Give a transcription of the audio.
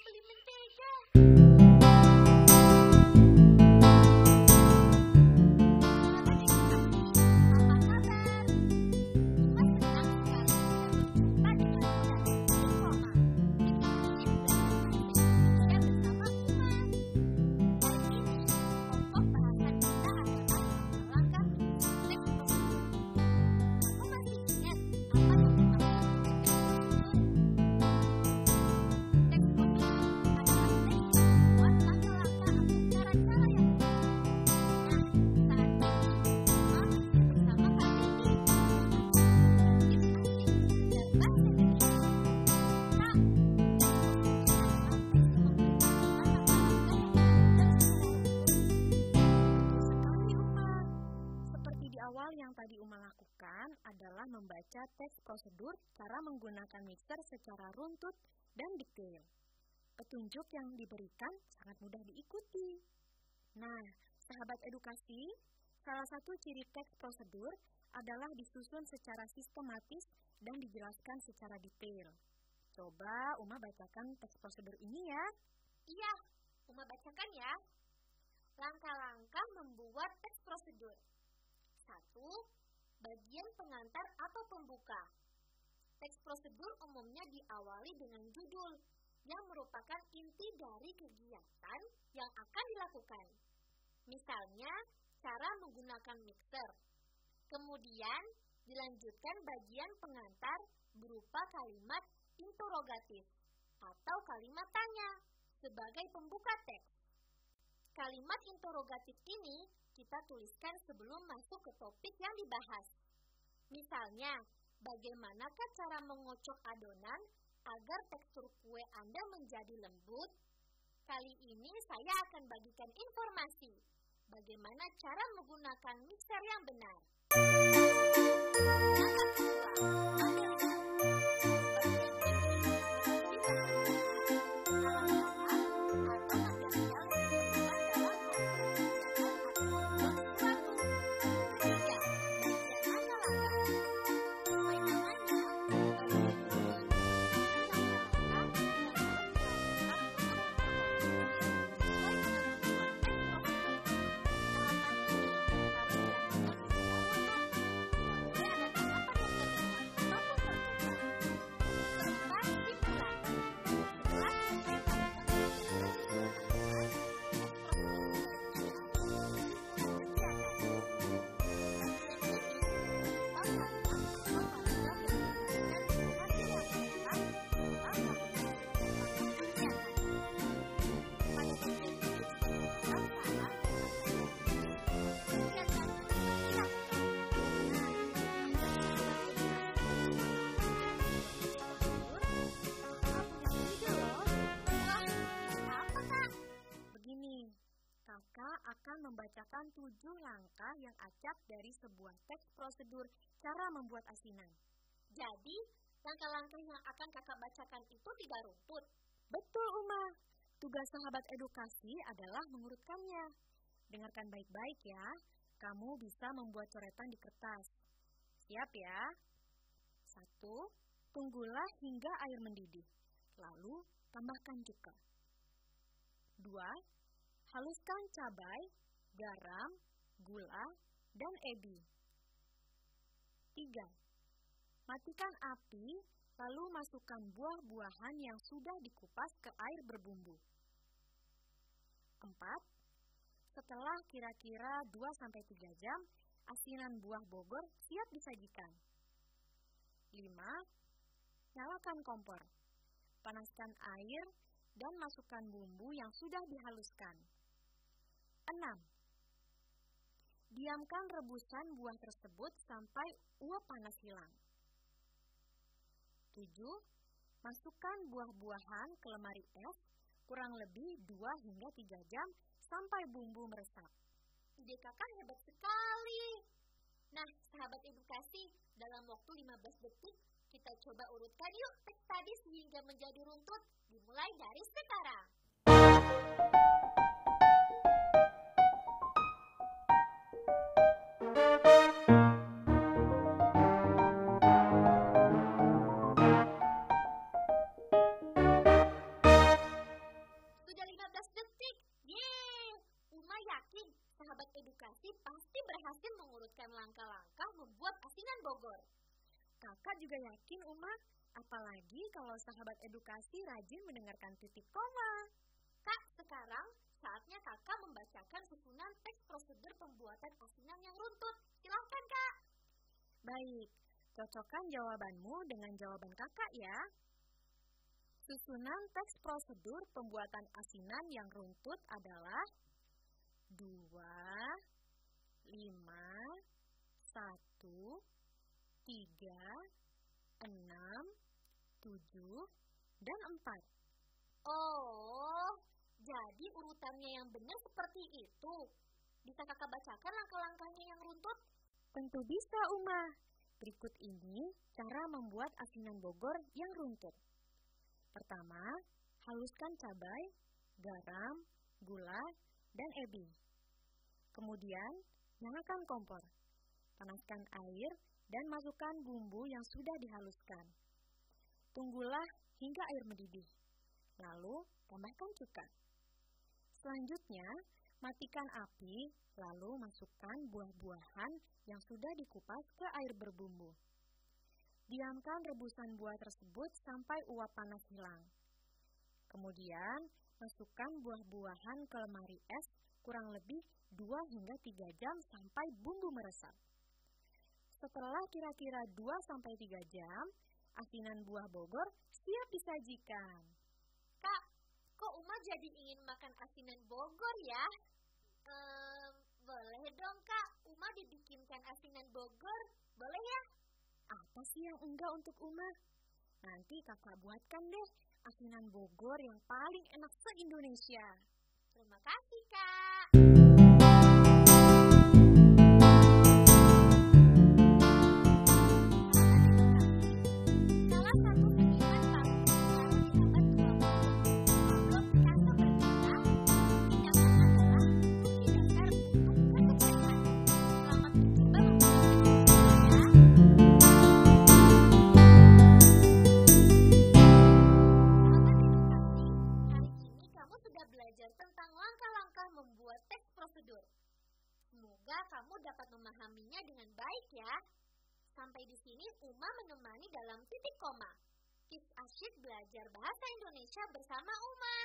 beli mentega. Yang tadi Uma lakukan adalah membaca teks prosedur cara menggunakan mixer secara runtut dan detail. Petunjuk yang diberikan sangat mudah diikuti. Nah, sahabat edukasi, salah satu ciri teks prosedur adalah disusun secara sistematis dan dijelaskan secara detail. Coba Uma bacakan teks prosedur ini ya. Iya, Uma bacakan ya. Langkah-langkah membuat teks prosedur. 1. Bagian pengantar atau pembuka. Teks prosedur umumnya diawali dengan judul yang merupakan inti dari kegiatan yang akan dilakukan. Misalnya, cara menggunakan mixer. Kemudian, dilanjutkan bagian pengantar berupa kalimat interrogatif atau kalimat tanya sebagai pembuka teks. Kalimat interrogatif ini kita tuliskan sebelum masuk ke topik yang dibahas. Misalnya, bagaimanakah cara mengocok adonan agar tekstur kue Anda menjadi lembut? Kali ini saya akan bagikan informasi bagaimana cara menggunakan mixer yang benar. Langkah kedua, akan membacakan 7 langkah yang acak dari sebuah teks prosedur cara membuat asinan. Jadi, langkah-langkah yang akan kakak bacakan itu tidak runtut. Betul, Uma. Tugas sahabat edukasi adalah mengurutkannya. Dengarkan baik-baik ya. Kamu bisa membuat coretan di kertas. Siap ya? 1. Tunggulah hingga air mendidih. Lalu, tambahkan cuka. 2. Haluskan cabai, garam, gula, dan ebi. 3. Matikan api, lalu masukkan buah-buahan yang sudah dikupas ke air berbumbu. 4. Setelah kira-kira 2-3 jam, asinan buah Bogor siap disajikan. 5. Nyalakan kompor. Panaskan air dan masukkan bumbu yang sudah dihaluskan. 6. Diamkan rebusan buah tersebut sampai uap panas hilang. 7. Masukkan buah-buahan ke lemari es kurang lebih 2-3 jam sampai bumbu meresap. Ide kakak hebat sekali. Nah, sahabat edukasi, dalam waktu 15 detik, kita coba urutkan yuk teks tadi sehingga menjadi runtut. Dimulai dari sekarang. juga yakin, Uma. Apalagi kalau sahabat edukasi rajin mendengarkan titik koma. Kak, sekarang saatnya kakak membacakan susunan teks prosedur pembuatan asinan yang runtut. Silakan, Kak. Baik, cocokkan jawabanmu dengan jawaban kakak ya. Susunan teks prosedur pembuatan asinan yang runtut adalah 2, 5, 1, 3, 6, 7, dan 4. Oh, jadi urutannya yang benar seperti itu. Bisa kakak bacakan langkah-langkahnya yang runtut? Tentu bisa, Uma. Berikut ini cara membuat asinan Bogor yang runtut. Pertama, haluskan cabai, garam, gula, dan ebi. Kemudian, nyalakan kompor. Panaskan air dan masukkan bumbu yang sudah dihaluskan. Tunggulah hingga air mendidih. Lalu, tambahkan cuka. Selanjutnya, matikan api, lalu masukkan buah-buahan yang sudah dikupas ke air berbumbu. Diamkan rebusan buah tersebut sampai uap panas hilang. Kemudian, masukkan buah-buahan ke lemari es kurang lebih 2 hingga 3 jam sampai bumbu meresap. Setelah kira-kira 2-3 jam, asinan buah Bogor siap disajikan. Kak, kok Uma jadi ingin makan asinan Bogor ya? Boleh dong, Kak. Uma dibikinkan asinan Bogor. Boleh ya? Apa sih yang enggak untuk Uma? Nanti kakak buatkan deh asinan Bogor yang paling enak se-Indonesia. Terima kasih, Kak. Salah satu seniman paling populer di abad 20, Pablo Picasso berkata, tindakan adalah kunci dasar untuk kesuksesan. Selamat mencoba membuat ya. Membuat teks prosedur. Semoga kamu dapat memahaminya dengan baik ya. Sampai di sini Uma menemani dalam titik koma. Kids asyik belajar bahasa Indonesia bersama Uma.